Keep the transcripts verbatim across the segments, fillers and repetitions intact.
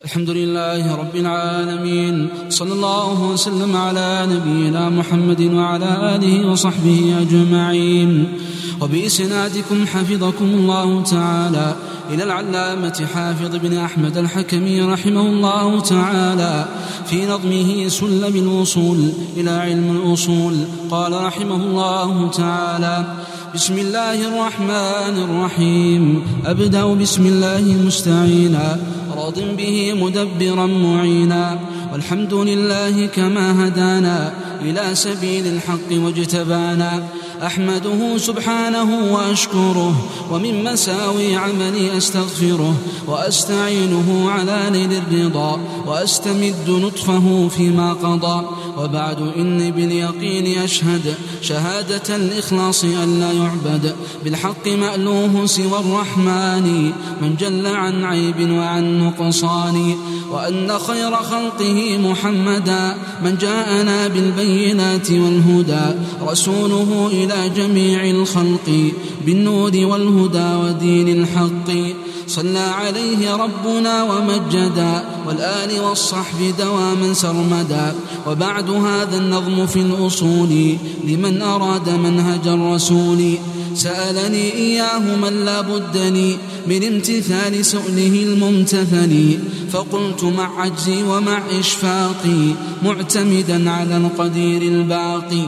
الحمد لله رب العالمين، صلى الله وسلم على نبينا محمد وعلى آله وصحبه أجمعين. وبإسنادكم حفظكم الله تعالى إلى العلامة حافظ بن أحمد الحكمي رحمه الله تعالى في نظمه سلم الوصول إلى علم الأصول، قال رحمه الله تعالى: بسم الله الرحمن الرحيم. أبدأ بسم الله مستعينا، راض به مدبرا معينا، والحمد لله كما هدانا إلى سبيل الحق واجتبانا. أحمده سبحانه وأشكره، ومن مساوي عملي أستغفره، وأستعينه على نيل الرضا، وأستمد لطفه فيما قضى. وبعد إني باليقين أشهد شهادة الإخلاص أن لا يعبد بالحق مألوه سوى الرحمن، من جل عن عيب وعن نقصان. وأن خير خلقه محمدا، من جاءنا بالبينات والهدى، رسوله إلى جميع الخلق بالنور والهدى ودين الحق. صلى عليه ربنا ومجدا، والآل والصحب دواما سرمدا. وبعد هذا النظم في الأصول لمن أراد منهج الرسول. سألني إياه من لا بدني من امتثال سؤله الممتثل، فقلت مع عجزي ومع إشفاقي معتمدا على القدير الباقي.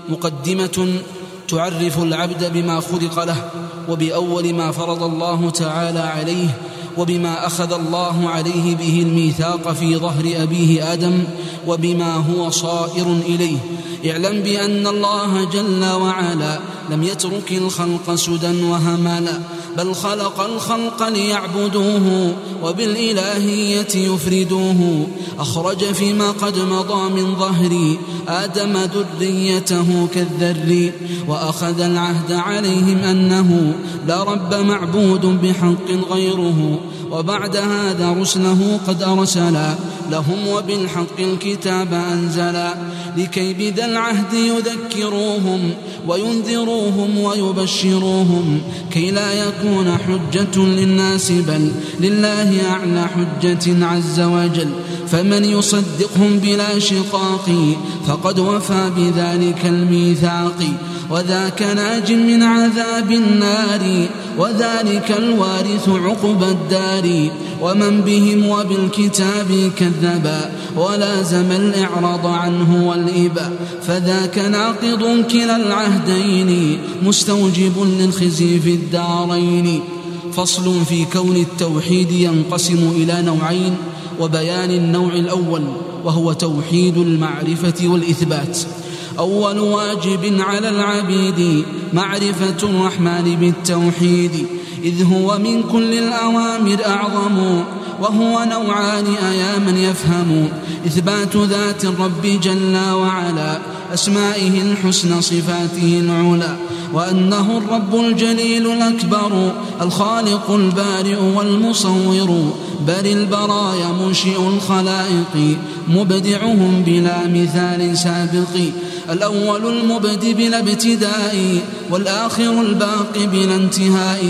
مقدمة تعرف العبد بما خلق له، وبأول ما فرض الله تعالى عليه، وبما أخذ الله عليه به الميثاق في ظهر أبيه آدم، وبما هو صائر إليه. اعلم بأن الله جل وعلا لم يترك الخلق سدى وهمالا، بل خلق الخلق ليعبدوه وبالإلهية يفردوه. أخرج فيما قد مضى من ظهر آدم ذريته كالذر، وأخذ العهد عليهم أنه لا رب معبود بحق غيره. وبعد هذا رسله قد أرسلا لهم، وبالحق الكتاب أنزلا، لكي بذا العهد يذكروهم وينذروهم ويبشروهم، كي لا يكون حجة للناس بل لله أعلى حجة عز وجل. فمن يصدقهم بلا شقاق فقد وفى بذلك الميثاق، وذاك ناج من عذاب النار، وذلك الوارث عقب الدار. ومن بهم وبالكتاب كذبا ولازم الإعراض عنه والإبا، فذاك ناقض كلا العهدين مستوجب للخزي في الدارين. فصل في كون التوحيد ينقسم إلى نوعين، وبيان النوع الأول وهو توحيد المعرفة والإثبات. أول واجب على العبيد معرفة الرحمن بالتوحيد، إذ هو من كل الأوامر أعظم، وهو نوعان أيا من يفهم: إثبات ذات الرب جل وعلا، أسمائه الحسنى صفاته العلى، وأنه الرب الجليل الأكبر الخالق البارئ والمصور، بل البرايا منشئ الخلائق مبدعهم بلا مثال سابق. الأول المبدئ بلا ابتداء، والآخر الباقي بلا انتهاء،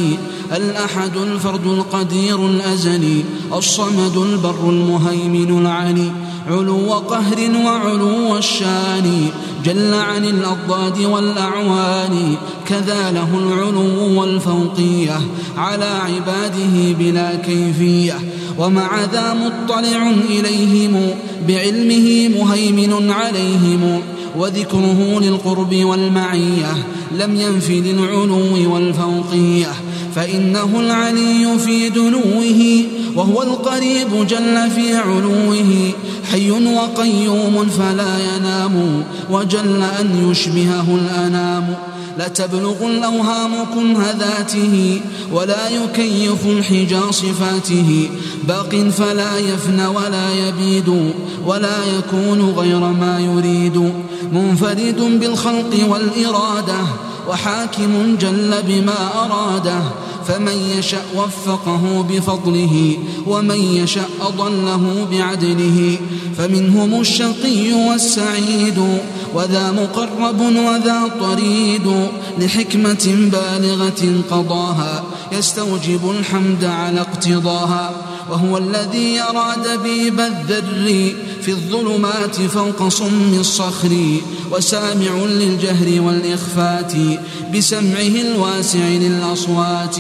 الأحد الفرد القدير الأزلي، الصمد البر المهيمن العلي، علو قهر وعلو الشان، جل عن الأضداد والأعوان، كذا له العلو والفوقية على عباده بلا كيفية. ومع ذا مطلع إليهم بعلمه مهيمن عليهم، وذكره للقرب والمعية لم ينف للعلو والفوقية، فإنه العلي في دنوه، وهو القريب جل في علوه، حي وقيوم فلا ينام، وجل أن يشبهه الأنام. لا تبلغ الأوهام كنه ذاته، ولا يكيف الحجى صفاته، باق فلا يفنى ولا يبيد، ولا يكون غير ما يريد، منفرد بالخلق والإرادة، وحاكم جل بما أراده. فمن يشأ وفقه بفضله، ومن يشأ أضله بعدله. فمنهم الشقي والسعيد، وذا مقرب وذا طريد، لحكمة بالغة قضاها يستوجب الحمد على اقتضاها. وهو الذي يرى دبيب الذر في الظلمات فوق صم الصخر، وسامع للجهر والإخفات بسمعه الواسع للأصوات،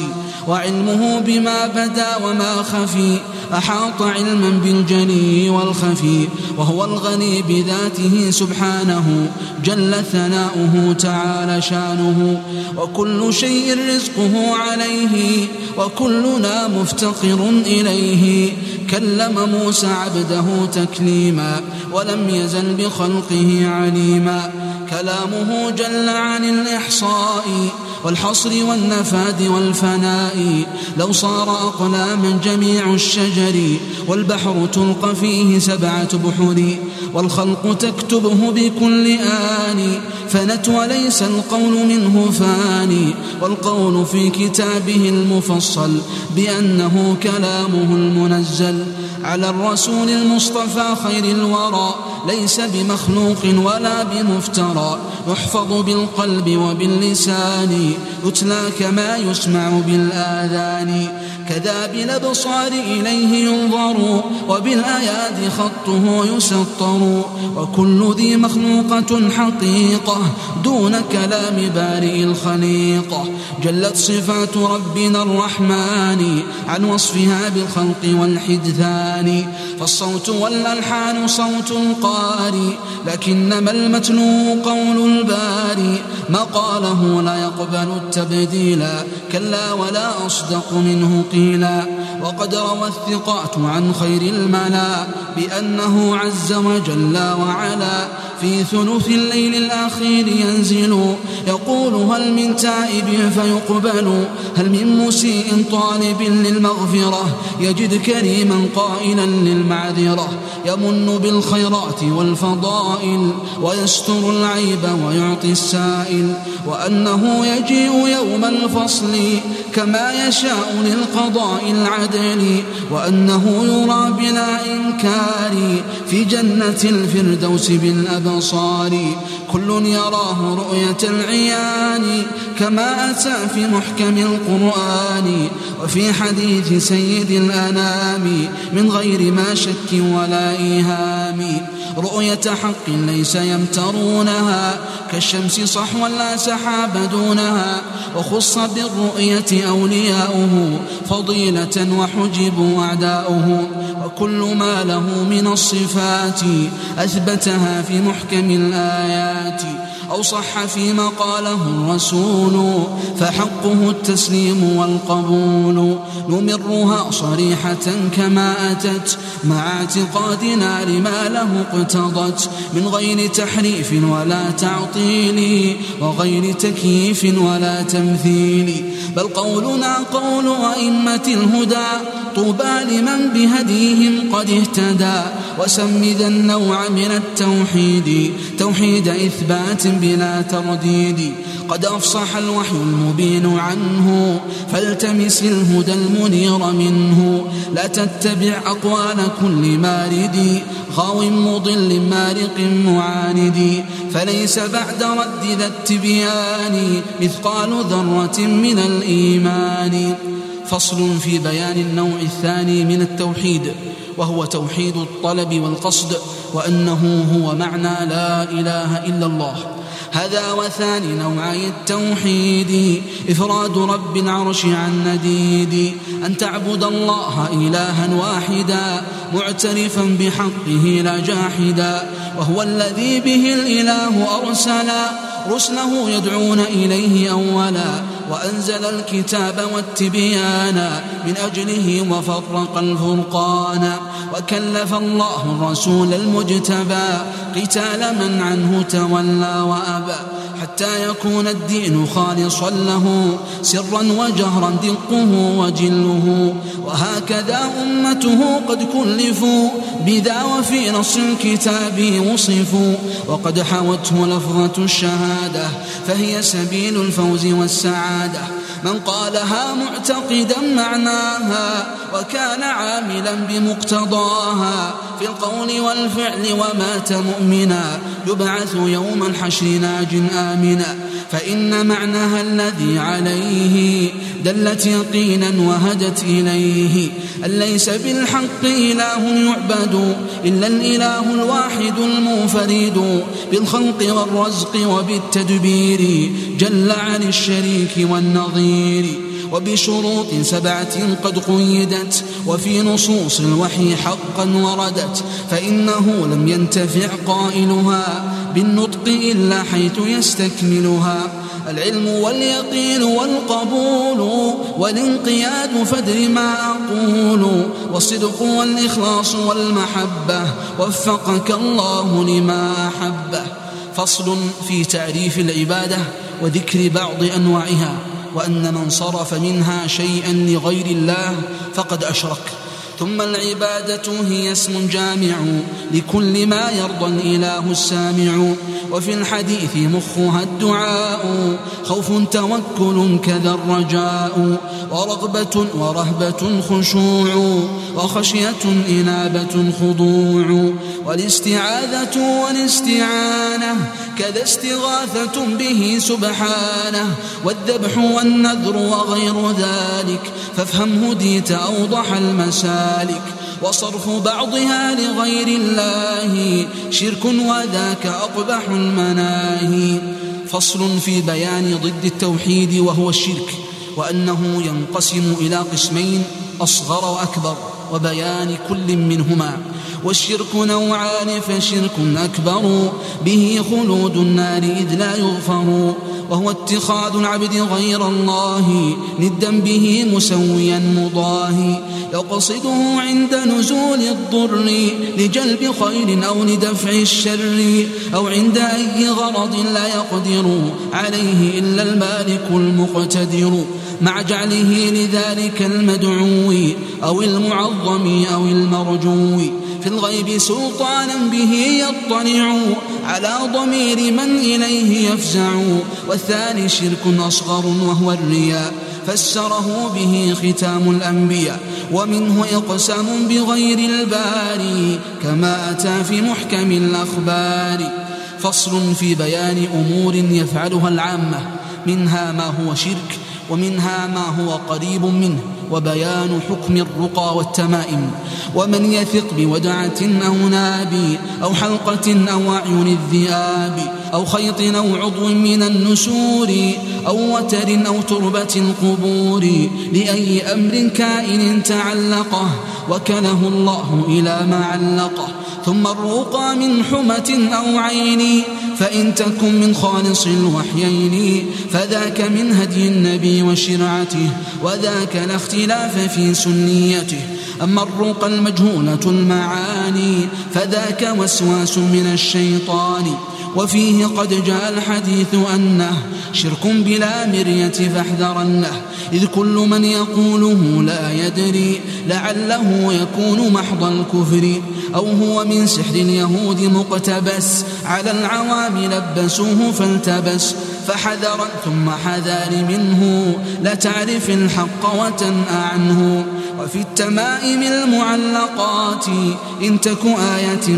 وعلمه بما بدا وما خفي أحاط علما بالجلي والخفي، وهو الغني بذاته سبحانه جل ثناؤه تعالى شانه، وكل شيء رزقه عليه وكلنا مفتقر إليه. كلم موسى عبده تكليما ولم يزل بخلقه عليما، كلامه جل عن الإحصاء والحصر والنفاد والفناء، لو صار أقلاما جميع الشجر والبحر تلقى فيه سبعة بحر، والخلق تكتبه بكل آن فنت وليس القول منه فاني، والقول في كتابه المفصل بأنه كلامه المنزل على الرسول المصطفى خير الورى، ليس بمخلوق ولا بمفترى، يحفظ بالقلب وباللسان، يتلى كما يسمع بالآذان، كذا بالأبصار إليه ينظر، وبالآيات خطه يسطر، وكل ذي مخلوقة حقيقة دون كلام بارئ الخليقة، جلت صفات ربنا الرحمن عن وصفها بالخلق والحدثان، فالصوت والألحان صوت القارئ لكنما المتلو قول الباري، مقاله لا يقبل التبديلا كلا ولا أصدق منه قيلا، وقد روى الثقات عن خير الملا بأنه عز وجل وعلا في ثلث الليل الأخير ينزل، يقول هل من تائب فيقبل، هل من مسيء طالب للمغفرة، يجد كريما قائلا للمعذرة، يمن بالخيرات والفضائل ويستر العيب ويعطي السائل، وأنه يجيء يوم الفصل كما يشاء للقضاء العدل، وأنه يرى بلا إنكار في جنة الفردوس بالأبصار، كل يراه رؤية العيان كما أتى في محكم القرآن، وفي حديث سيد الأنام من غير ما شك ولا إيهام، رؤية حق ليس يمترونها كالشمس صحوا لا سحاب دونها، وخص بالرؤية أولياؤه فضيلة وحجبوا أعداؤه، وكل ما له من الصفات أثبتها في محكم الآيات، أو صح فيما قاله الرسول فحقه التسليم والقبول، نمرها صريحة كما أتت مع اعتقادنا لما له اقتضت، من غير تحريف ولا تعطيل وغير تكييف ولا تمثيل، بل قولنا قول أئمة الهدى طوبى لمن بهديهم قد اهتدى، وسم ذا النوع من التوحيد توحيد إثبات بلا ترديد، قد أفصح الوحي المبين عنه فالتمس الهدى المنير منه، لا تتبع أقوال كل مارد غاو مضل مارق معاند، فليس بعد رد ذا التبيان مثقال ذرة من الإيمان. فصل في بيان النوع الثاني من التوحيد، وهو توحيد الطلب والقصد، وأنه هو معنى لا إله إلا الله. هذا وثاني نوعي التوحيد إفراد رب العرش عن نديد، أن تعبد الله إلها واحدا معترفا بحقه لا جاحدا، وهو الذي به الإله أرسلا رسله يدعون إليه أولا، وأنزل الكتاب والتبيان من أجله وفرق الفرقان، وكلف الله الرسول المجتبى قتال من عنه تولى وأبى، حتى يكون الدين خالصا له سرا وجهرا دقه وجله، وهكذا أمته قد كلفوا بذا وفي نص الكتاب وصفوا، وقد حوته لفظة الشهادة فهي سبيل الفوز والسعادة، من قالها معتقدا معناها وكان عاملا بمقتضاها في القول والفعل ومات مؤمنا يبعث يوم الحشر ناج آمنا. فإن معناها الذي عليه دلت يقينا وهدت إليه أن ليس بالحق إله يعبد إلا الإله الواحد المنفرد بالخلق والرزق وبالتدبير جل عن الشريك والنظير. وبشروط سبعة قد قيدت وفي نصوص الوحي حقا وردت فإنه لم ينتفع قائلها بالنطق إلا حيث يستكملها العلم واليقين والقبول والانقياد فادر ما أقول والصدق والإخلاص والمحبة وفقك الله لما أحبه. فصل في تعريف العبادة وذكر بعض أنواعها وأن من صرف منها شيئا لغير الله فقد أشرك. ثم العبادة هي اسم جامع لكل ما يرضى الإله السامع. وفي الحديث مخها الدعاء خوف توكل كذا الرجاء ورغبة ورهبة خشوع وخشية إنابة خضوع والاستعاذة والاستعانة كذا استغاثة به سبحانه والذبح والنذر وغير ذلك فافهم هديت أوضح المسالك. وصرف بعضها لغير الله شرك وذاك أقبح المناهي. فصل في بيان ضد التوحيد وهو الشرك وأنه ينقسم إلى قسمين أصغر وأكبر وبيان كل منهما. والشرك نوعان فشرك أكبر به خلود النار إذ لا يغفر وهو اتخاذ العبد غير الله ندا به مسويا مضاهي يقصده عند نزول الضر لجلب خير أو لدفع الشر أو عند أي غرض لا يقدر عليه إلا المالك المقتدر مع جعله لذلك المدعو أو المعظم أو المرجو في الغيب سلطانا به يطلع على ضمير من إليه يفزع. والثاني شرك أصغر وهو الرياء فسره به ختام الأنبياء ومنه إقسام بغير الباري كما أتى في محكم الأخبار. فصل في بيان أمور يفعلها العامة منها ما هو شرك ومنها ما هو قريب منه وبيان حكم الرقى والتمائم. ومن يثق بودعة أو ناب أو حلقة أو أعين الذئاب أو خيط أو عضو من النسور أو وتر أو تربة القبور لأي أمر كائن تعلقه وكله الله إلى ما علقه. ثم الرقى من حمة أو عين فإن تكن من خالص الوحيين فذاك من هدي النبي وشرعته وذاك لا اختلاف في سنيته. أما الرقى المجهولة المعاني فذاك وسواس من الشيطان وفيه قد جاء الحديث أنه شرك بلا مرية فاحذرنه إذ كل من يقوله لا يدري لعله يكون محض الكفر أو هو من سحر اليهود مقتبس على العوام لبسوه فالتبس فحذرا ثم حذار منه لتعرف الحق وتنأ عنه. وفي التمائم المعلقات إن تك آية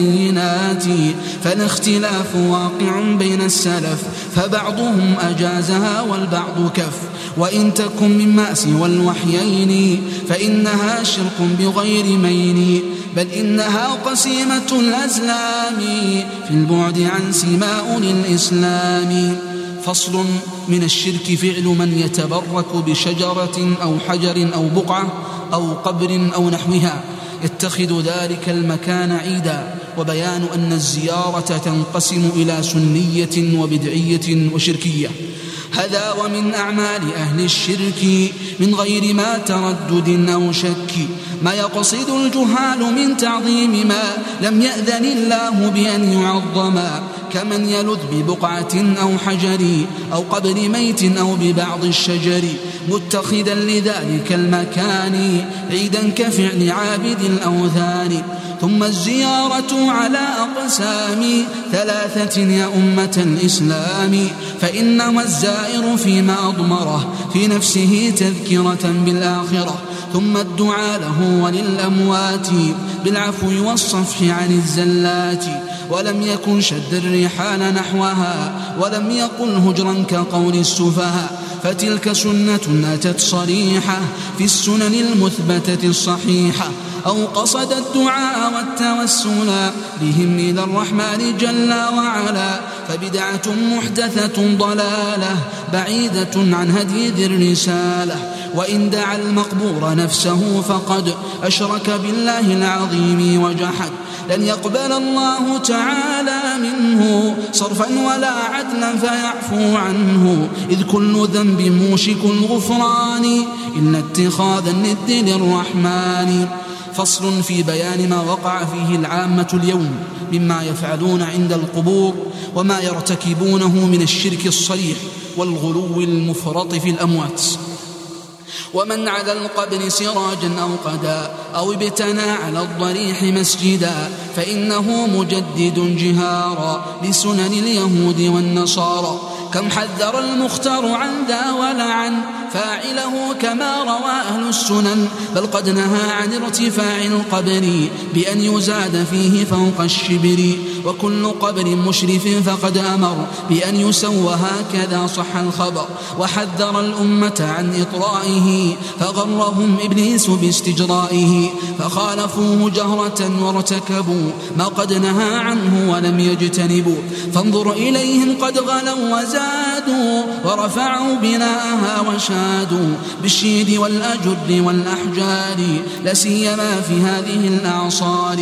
مبينات فالاختلاف واقع بين السلف فبعضهم أجازها والبعض كف. وإن تكن من مأس والوحيين فإنها شرك بغير مين بل إنها قسيمة الأزلام في البعد عن سماء الإسلام. فصل من الشرك فعل من يتبرك بشجرة أو حجر أو بقعة أو قبر أو نحوها يتخذ ذلك المكان عيدا. وبيان أن الزيارة تنقسم إلى سنية وبدعية وشركية. هذا ومن أعمال أهل الشرك من غير ما تردد أو شك ما يقصد الجهال من تعظيم ما لم يأذن الله بأن يعظما كمن يلذ ببقعة أو حجر أو قبر ميت أو ببعض الشجر متخذا لذلك المكان عيدا كفعل عابد الأوثان. ثم الزيارة على أقسام ثلاثة يا أمة الإسلام، فإنما الزائر فيما أضمره في نفسه تذكرة بالآخرة، ثم الدعاء له وللأموات بالعفو والصفح عن الزلات. ولم يكن شد الرحال نحوها ولم يقل هجرا كقول السفهاء، فتلك سنة أتت صريحة في السنن المثبتة الصحيحة، أو قصد الدعاء والتوسل بهم إلى الرحمن جل وعلا. فبدعة محدثة ضلالة بعيدة عن هدي ذي الرسالة، وإن دعا المقبور نفسه فقد أشرك بالله العظيم وجحد. لن يقبل الله تعالى منه صرفا ولا عدلا فيعفو عنه، إذ كل ذنب موشك الغفران إن اتخاذ الند للرحمن. فصل في بيان ما وقع فيه العامة اليوم مما يفعلون عند القبور وما يرتكبونه من الشرك الصريح والغلو المفرط في الأموات. ومن على القبر سراجا أو قدا أو ابتنى على الضريح مسجدا فإنه مجدد جهارا لسنن اليهود والنصارى. كم حذر المختار عن ذا ولعن فاعله كما روى أهل السنن، بل قد نهى عن ارتفاع القبر بأن يزاد فيه فوق الشبر، وكل قبر مشرف فقد أمر بأن يسوى هكذا صح الخبر. وحذر الأمة عن إطرائه فغرهم إبليس باستجرائه، فخالفوه جهرة وارتكبوا ما قد نهى عنه ولم يجتنبوا. فانظر إليهم قد غلوا وزادوا ورفعوا بناءها وشادوا بالشيد والأجر والأحجار، لسيما في هذه الأعصار.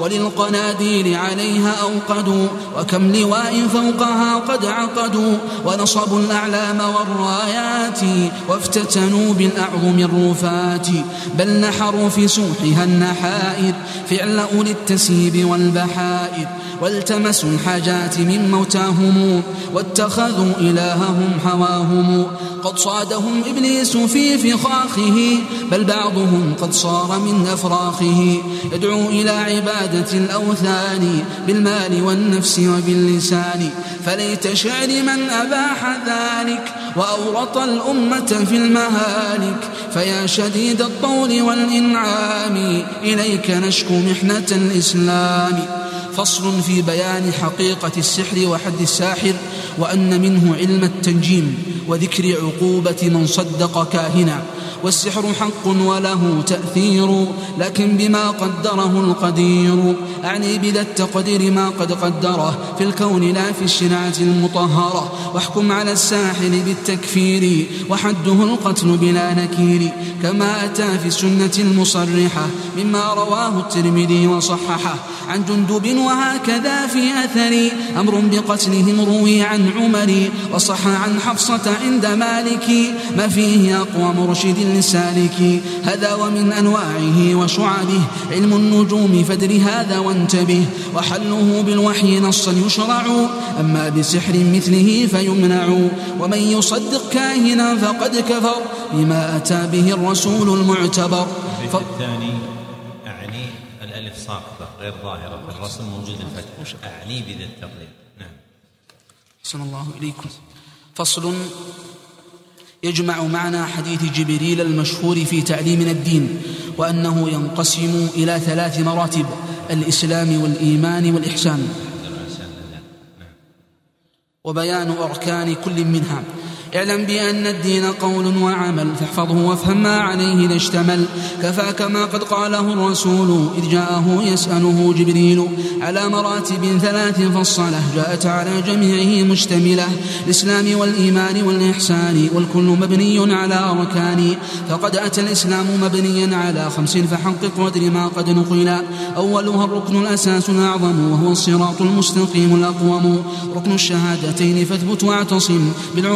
وللقناديل عليها أوقدوا وكم لواء فوقها قد عقدوا، ونصبوا الأعلام والرايات وافتتنوا بالأعظم الرفات، بل نحروا في سوحها النحائر فعل أولي التسيب والبحائر. والتمسوا الحاجات من موتاهم واتخذوا إلههم هواهم، قد صادهم إبليس في فخاخه بل بعضهم قد صار من أفراخه، يدعو إلى عبادة الأوثان بالمال والنفس وباللسان. فليت شعر من أباح ذلك وأورط الأمة في المهالك، فيا شديد الطول والإنعام إليك نشكو محنة الإسلام. فصل في بيان حقيقة السحر وحد الساحر، وأن منه علم التنجيم وذكر عقوبة من صدق كاهنا. والسحر حق وله تأثير لكن بما قدره القدير، أعني بذا التقدير ما قد قدره في الكون لا في الشرعة المطهرة. واحكم على الساحر بالتكفير وحده القتل بلا نكير، كما أتى في السنة المصرحة مما رواه الترمذي وصححه عن جندب. وهكذا في أثر أمر بقتلهم روي عن عمر، وصح عن حفصة عند مالك ما فيه أقوى مرشد للسالك. هذا ومن أنواعه وشعبه علم النجوم فادر هذا وانتبه، وحله بالوحي نصا يشرع أما بسحر مثله فيمنع. ومن يصدق كاهنا فقد كفر بما أتى به الرسول المعتبر. ف... الثاني أعني الألف ساقطة غير ظاهرة في الرسم موجود الفتح، أعني بذا التقليد. نعم. صلى الله إليكم. فصل يجمع معنا حديث جبريل المشهور في تعليمنا الدين، وأنه ينقسم إلى ثلاث مراتب: الإسلام والإيمان والإحسان، وبيان أركان كل منها. اعلم بأن الدين قول وعمل، فاحفظه وافهم ما عليه إذا اشتمل. كفاك ما قد قاله الرسول إذ جاءه يسأله جبريل على مراتب ثلاث فصله جاءت على جميعه مشتملة: الإسلام والإيمان والإحسان، والكل مبني على أركان. فقد أتى الإسلام مبنيا على خمس فحقق وادر ما قد نقل. أولها الركن الأساس الأعظم وهو الصراط المستقيم الأقوم، ركن الشهادتين فاثبت واعتصم بالعروة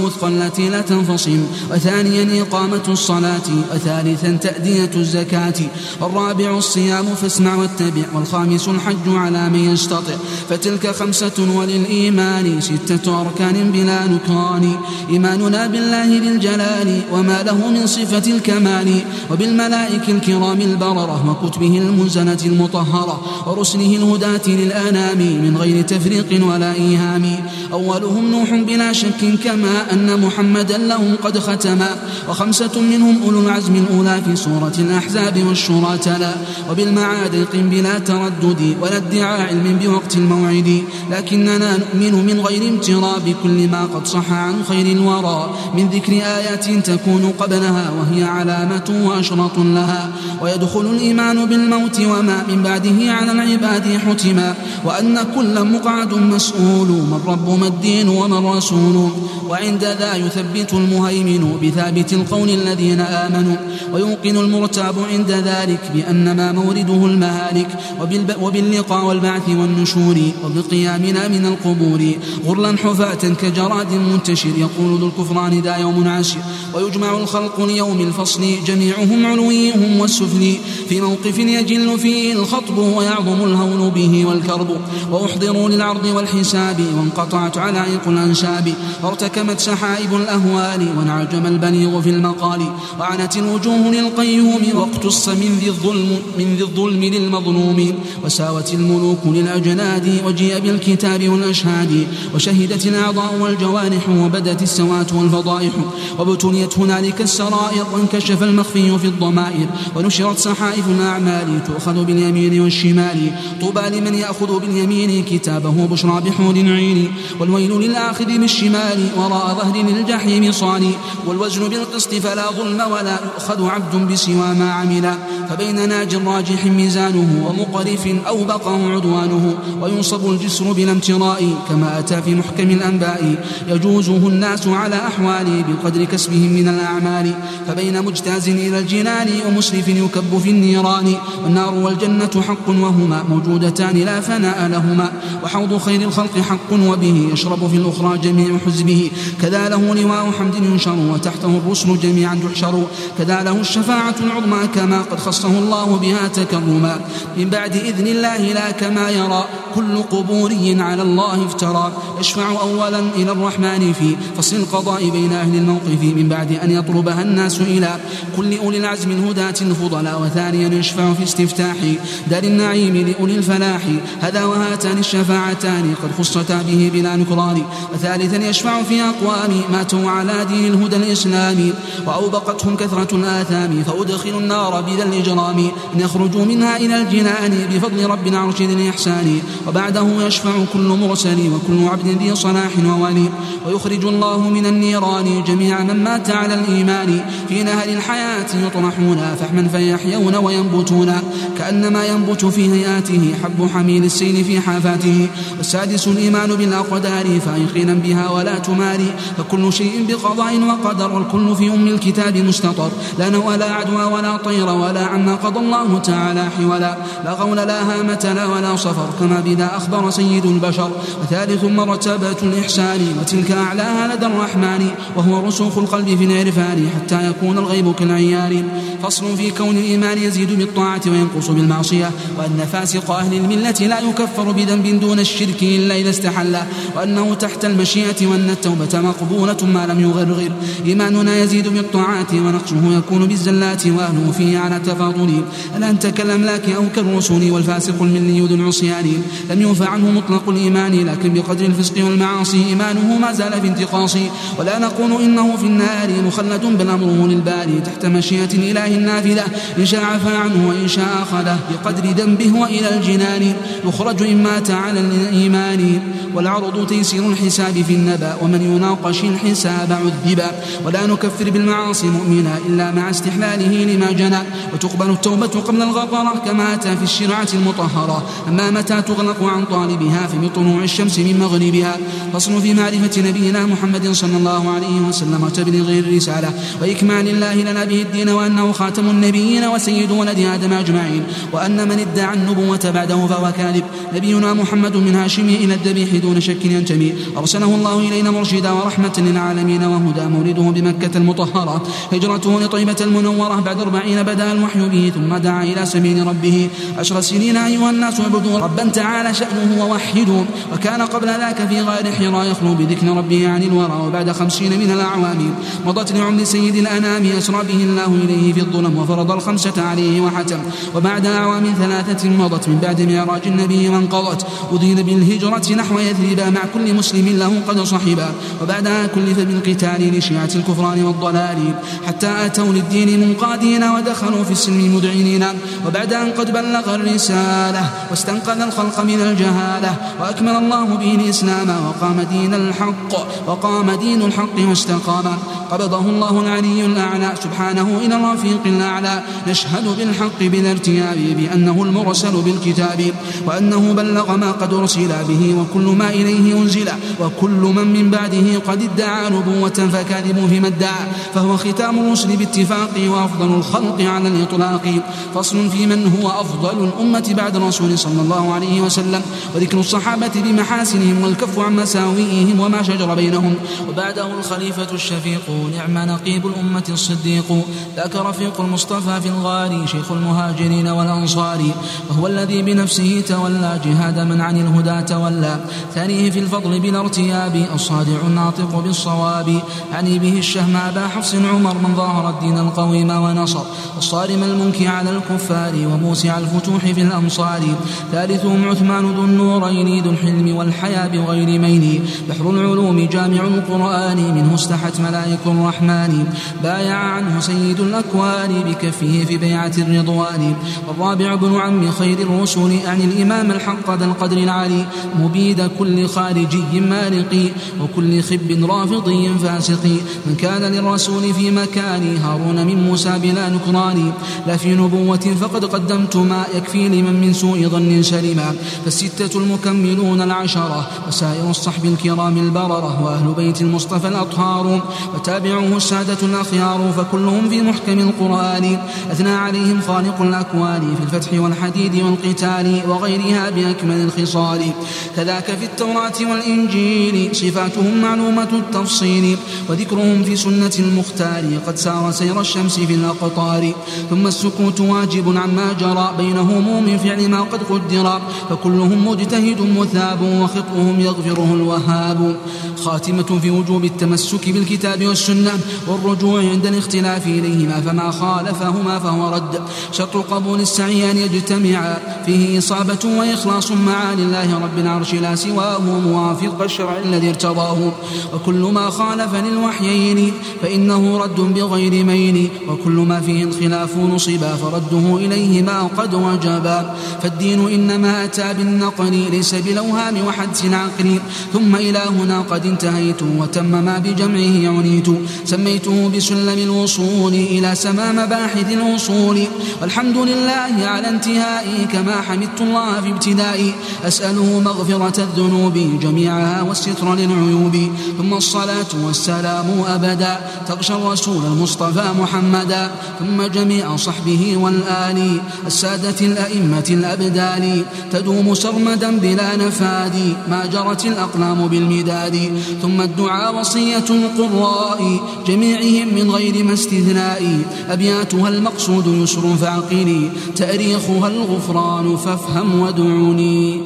الوثقى التي لا تنفصم، وثانيا إقامة الصلاة، وثالثا تأدية الزكاة، والرابع الصيام فاسمع واتبع، والخامس الحج على من يستطع. فتلك خمسة وللإيمان ستة أركان بلا نكران: إيماننا بالله ذي الجلال وما له من صفة الكمال، وبالملائكة الكرام البررة، وكتبه المنزلة المطهرة، ورسله الهداة للأنام من غير تفريق ولا إيهام. أولهم نوح بلا شك كما أن محمدا لهم قد ختما، وخمسة منهم أولو العزم الأولى في سورة الأحزاب والشورى تلا. وبالمعاد قم بلا تردد ولا ادعاء علم بوقت الموعد، لكننا نؤمن من غير امتراء بكل ما قد صح عن خير الورى من ذكر آيات تكون قبلها وهي علامة وأشرط لها. ويدخل الإيمان بالموت وما من بعده على العباد حتما، وأن كل مقعد مسؤول من رب ما الدين وما الرسول. وعند ذا يثبت المهيمن بثابت القول الذين آمنوا، ويوقن المرتاب عند ذلك بأن ما مورده المهالك، وباللقاء والبعث والنشور، وبقيامنا من القبور غرلا حفاة كجراد منتشر، يقول ذو الكفران ذا يوم عسر. ويجمع الخلق ليوم الفصل جميعهم علويهم والسفلي، في موقف يجل فيه الخطب ويعظم الهون به والكرب. وأحضروا للعرض والحساب وانقطعت علائق الأنساب، وارتكمت سحائب الأهوال وانعجم البليغ في المقال. وعنت الوجوه للقيوم واقتص من ذي الظلم, من ذي الظلم للمظلوم، وساوت الملوك للأجناد وجيء بالكتاب والأشهاد، وشهدت الأعضاء والجوارح وبدت السوات والفضائح، وابتليت هنالك السرائر وانكشف المخفي في الضمائر، ونشرت صحائف الأعمال تؤخذ باليمين والشمال. طوبى لمن يأخذ باليمين كتابه بشرى بحور عين، والويل للآخذ بالشمال وراء ظهر للجحيم صاني. والوزن بالقسط فلا ظلم ولا يؤخذ عبد بسوى ما عمل، فبين ناج راجح ميزانه ومقرف أو بقه عدوانه. وينصب الجسر بلا امتراء كما أتى في محكم الأنباء، يجوزه الناس على أحوال بقدر كسبهم من الأعمال. فبين مجتاز إلى الجنان ومسرف يكب في النيران، والنار والجنة حق وهما موجودتان لا فناء لهما. وحوض خير الخلق حق وبه يشرب في الأخرى جميع حزبه، كذا له لواء حمد ينشر وتحته الرسل جميعا تحشر، كذا له الشفاعة العظمى كما قد خصه الله بها تكرما، من بعد إذن الله لا كما يرى كل قبوري على الله افترى. يشفع أولا إلى الرحمن في فصل القضاء بين أهل الموقف، من بعد أن يطلبها الناس إلى كل أولي العزم الهداة الفضلاء. وثانيا يشفع في استفتاح دار النعيم لأولي الفلاح، هذا وهاتان الشفاعتان قد خصتا به بلا نكران. وثالثا يشفع في أقوام ماتوا على دين الهدى الإسلامي وأوبقتهم كثرة الآثام، فأدخلوا النار بذا الإجرام أن يخرجوا منها إلى الجنان بفضل رب العرش ذي الإحسان. وبعده يشفع كل مرسل وكل عبد ذي صلاح وولي، ويخرج الله من النيران جميع من مات على الإيمان، في نهر الحياة يطرحون فحما فيحيون وينبتون، كأنما ينبت في هياته حب حميل السيل في حافاته. والسادس الإيمان بالأقدار فأيقنا بها ولا تماري، فكل شيء بقضاء وقدر، والكل في أم الكتاب مستطر، لا نوى لا عدوى ولا طير ولا عما قضى الله تعالى حولا، لا غول لا هامة لا ولا صفر، كما بذا أخبر سيد البشر. وثالث مرتبة الإحسان وتلك أعلاها لدى الرحمن، وهو رسوخ القلب في العرفان حتى يكون الغيب كالعيان. فصل في كون الإيمان يزيد بالطاعة وينقص بالمعصية، وأن فاسق أهل الملة لا يكفر بذنب دون الشرك إلا إذا استحل، وأنه تحت المشيئة، وأن التوبة مقبولة ما لم يغرغر. إيماننا يزيد بالطاعات ونقصه يكون بالزلات، وأهله فيه على تفاضل، الآن كالأملاك أو كالرسل. والفاسق الملي ذو العصيان لم ينفع عنه مطلق الإيمان، لكن بقدر الفسق والمعاصي إيمانه ما زال في انتقاص. ولا نقول إنه في النار مخلد بل أمره للباري تحت مشيئة الإله النافذة، إن شاء عفا عنه وإن شاء أخذه بقدر ذنبه وإلى الجنان، يخرج إن مات على الإيمان. والعرض تيسير الحساب في النبأ، ومن يناقش الحساب عذبا. ولا نكفر بالمعاصي مؤمنا إلا مع استحلاله لما جنى، وتقبل التوبة قبل الغفرة كما أتى في الشرعة المطهرة. أما متى تغلق تفرق عن طالبها في طلوع الشمس من مغربها. فصل في معرفة نبينا محمد صلى الله عليه وسلم وتبليغه الرسالة وإكمال الله لنا به الدين، وأنه خاتم النبيين وسيد ولد آدم أجمعين، وأن من ادعى النبوة بعده فهو كاذب. نبينا محمد من هاشم إلى الذبيح دون شك ينتمي، أرسله الله إلينا مرشدا ورحمة للعالمين وهدى. مولده بمكة المطهرة، هجرته لطيبة المنورة، بعد أربعين بدأ الوحي به ثم دعا إلى سبيل ربه. عشر سنين أيها الناس اعبدوا ربا تعالى شأنه ووحدوا، وكان قبل ذاك في غار حراء يخلو بذكر ربه عن الورى. وبعد خمسين من الأعوام مضت لعمر سيد الأنام، أسرى به الله إليه في الظلم وفرض الخمسة عليه وحتم. وبعد أعوام ثلاثة مضت من بعد معراج النبي وانقضت، أذين بالهجرة نحو يثرب مع كل مسلم له قد صحبا. وبعدها كلف بالقتال لشيعة الكفران والضلال، حتى أتوا للدين منقادين ودخلوا في السلم مدعنين. وبعد أن قد بلغ الرسالة واستنقذ الخلق من الجهالة، وأكمل الله به الإسلام وقام دين الحق وقام دين الحق واستقام، قبضه الله العلي الأعلى سبحانه إلى الرفيق الأعلى. نشهد بالحق بلا ارتياب بأنه المرسل بالكتاب، وأنه بلغ ما قد أرسل به وكل ما إليه أنزل، وكل من من بعده قد ادعى نبوة فكاذب فيما ادعى، فهو ختام الرسل باتفاق وأفضل الخلق على الإطلاق. فصل في من هو أفضل الأمة بعد الرسول صلى الله عليه وسلم، وذكر الصحابة بمحاسنهم والكف عن مساوئهم وما شجر بينهم. وبعده الخليفة الشفيق نعم نقيب الأمة الصديق، ذاك رفيق المصطفى في الغار شيخ المهاجرين والأنصار، وهو الذي بنفسه تولى جهاد من عن الهدى تولى. ثانيه في الفضل بلا ارتياب الصادع الناطق بالصواب، عني به الشهم أبا حفص عمر من ظاهر الدين القويم ونصر، الصارم المنكي على الكفار وموسع الفتوح في الأمصار. ثالثهم عثمان ذو النورين ذو الحلم والحياة بغير مين، بحر العلوم جامع القرآن منه استحت ملائك الرحمن، بايع عنه سيد الأكوان بكفه في بيعة الرضوان. والرابع ابن عم خير الرسل أعني الإمام الحق ذا القدر العلي، مبيد كل خارجي مارقي وكل خب رافضي فاسقي، من كان للرسول في مكاني هارون من موسى بلا نكران. لا في نبوة فقد قدمت ما يكفي لمن من سوء ظن سلما، فالستة المكملون العشرة وسائر الصحب الكرام البررة، وأهل بيت المصطفى الأطهار وتابعوه السادة الأخيار، فكلهم في محكم القرآن أثنى عليهم خالق الأكوان في الفتح والحديد والقتال وغيرها بأكمل الخصال. كذاك في التوراة والإنجيل صفاتهم معلومة التفصيل، وذكرهم في سنة المختار قد سار سير الشمس في الأقطار. ثم السكوت واجب عما جرى بينهم من فعل ما قد قدر، فكلهم مجتهد مثاب وخطئهم يغفره الوهاب. خاتمة في وجوب التمسك بالكتاب والسنة والرجوع عند الاختلاف إليهما، فما خالفهما فهو رد. شرط قبول السعي أن يجتمع فيه إصابة وإخلاص مع لله رب العرش لا سواه موافق الشرع الذي ارتضاه. وكل ما خالف للوحيين فإنه رد بغير مين، وكل ما فيه الخلاف نصبا فرده إليهما قد وجبا. فالدين إنما أتى بالنقل ليس بالأوهام وحدس العقل. ثم إلى هنا قد انتهيت وتم ما بجمعه عنيت، سميته بسلم الوصول إلى سما مباحث الوصول. والحمد لله على انتهائي كما حمدت الله في ابتدائي، أسأله مغفرة الذنوب جميعها والستر للعيوب. ثم الصلاة والسلام أبدا تغشى الرسول المصطفى محمدا، ثم جميع صحبه والآل السادة الأئمة الأبدال، تدوم سرمدا بلا نفاد ما جرت الأقلام بالمداد. ثم الدعاء وصية القراء جميعهم من غير ما استثناء، أبياتها المقصود يسر فعقلي، تاريخها الغفران فافهم وادعوني.